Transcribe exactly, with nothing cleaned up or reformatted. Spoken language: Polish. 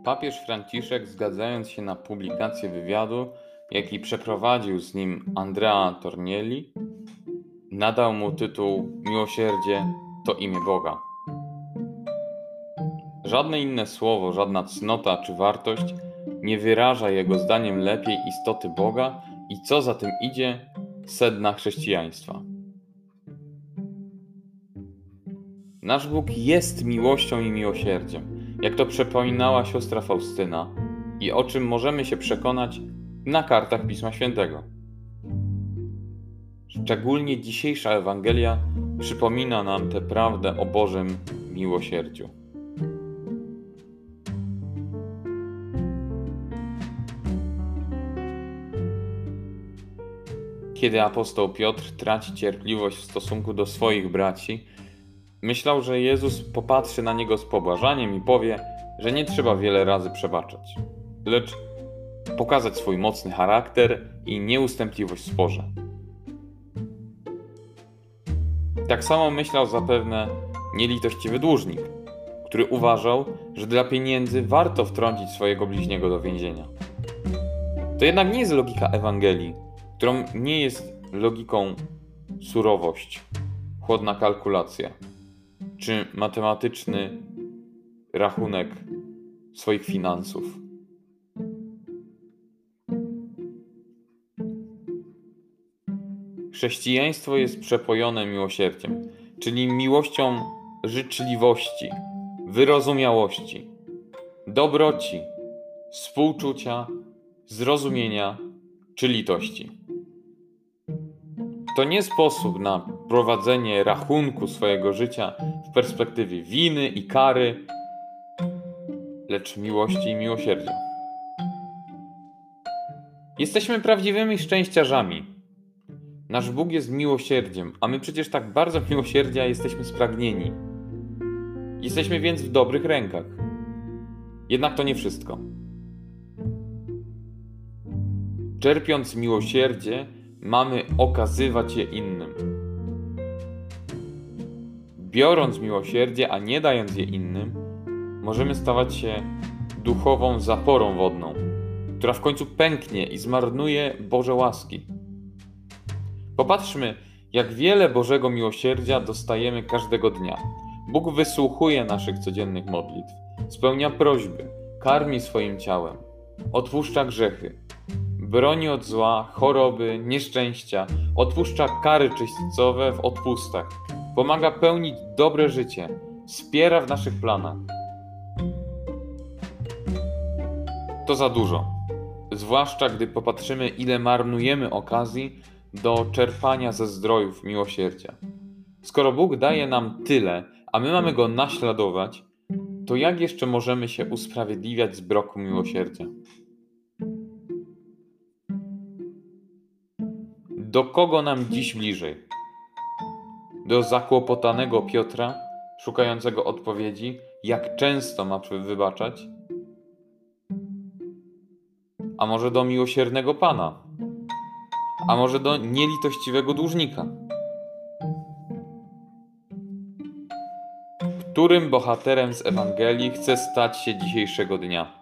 Papież Franciszek, zgadzając się na publikację wywiadu, jaki przeprowadził z nim Andrea Tornielli, nadał mu tytuł Miłosierdzie to imię Boga. Żadne inne słowo, żadna cnota czy wartość nie wyraża jego zdaniem lepiej istoty Boga i co za tym idzie, sedna chrześcijaństwa. Nasz Bóg jest miłością i miłosierdziem, jak to przypominała siostra Faustyna i o czym możemy się przekonać na kartach Pisma Świętego. Szczególnie dzisiejsza Ewangelia przypomina nam tę prawdę o Bożym miłosierdziu. Kiedy apostoł Piotr traci cierpliwość w stosunku do swoich braci, myślał, że Jezus popatrzy na niego z pobłażaniem i powie, że nie trzeba wiele razy przebaczać, lecz pokazać swój mocny charakter i nieustępliwość w sporze. Tak samo myślał zapewne nielitościwy dłużnik, który uważał, że dla pieniędzy warto wtrącić swojego bliźniego do więzienia. To jednak nie jest logika Ewangelii, którą nie jest logiką surowość, chłodna kalkulacja czy matematyczny rachunek swoich finansów. Chrześcijaństwo jest przepojone miłosierdziem, czyli miłością życzliwości, wyrozumiałości, dobroci, współczucia, zrozumienia czy litości. To nie sposób na prowadzenie rachunku swojego życia w perspektywie winy i kary, lecz miłości i miłosierdzia. Jesteśmy prawdziwymi szczęściarzami. Nasz Bóg jest miłosierdziem, a my przecież tak bardzo miłosierdzia jesteśmy spragnieni. Jesteśmy więc w dobrych rękach. Jednak to nie wszystko. Czerpiąc miłosierdzie, mamy okazywać je innym. Biorąc miłosierdzie, a nie dając je innym, możemy stawać się duchową zaporą wodną, która w końcu pęknie i zmarnuje Boże łaski. Popatrzmy, jak wiele Bożego miłosierdzia dostajemy każdego dnia. Bóg wysłuchuje naszych codziennych modlitw, spełnia prośby, karmi swoim ciałem, odpuszcza grzechy, broni od zła, choroby, nieszczęścia, odpuszcza kary czyśćcowe w odpustach, pomaga pełnić dobre życie, wspiera w naszych planach. To za dużo, zwłaszcza gdy popatrzymy, ile marnujemy okazji do czerpania ze zdrojów miłosierdzia. Skoro Bóg daje nam tyle, a my mamy Go naśladować, to jak jeszcze możemy się usprawiedliwiać z braku miłosierdzia? Do kogo nam dziś bliżej? Do zakłopotanego Piotra, szukającego odpowiedzi, jak często ma wybaczać? A może do miłosiernego Pana? A może do nielitościwego dłużnika? Którym bohaterem z Ewangelii chce stać się dzisiejszego dnia?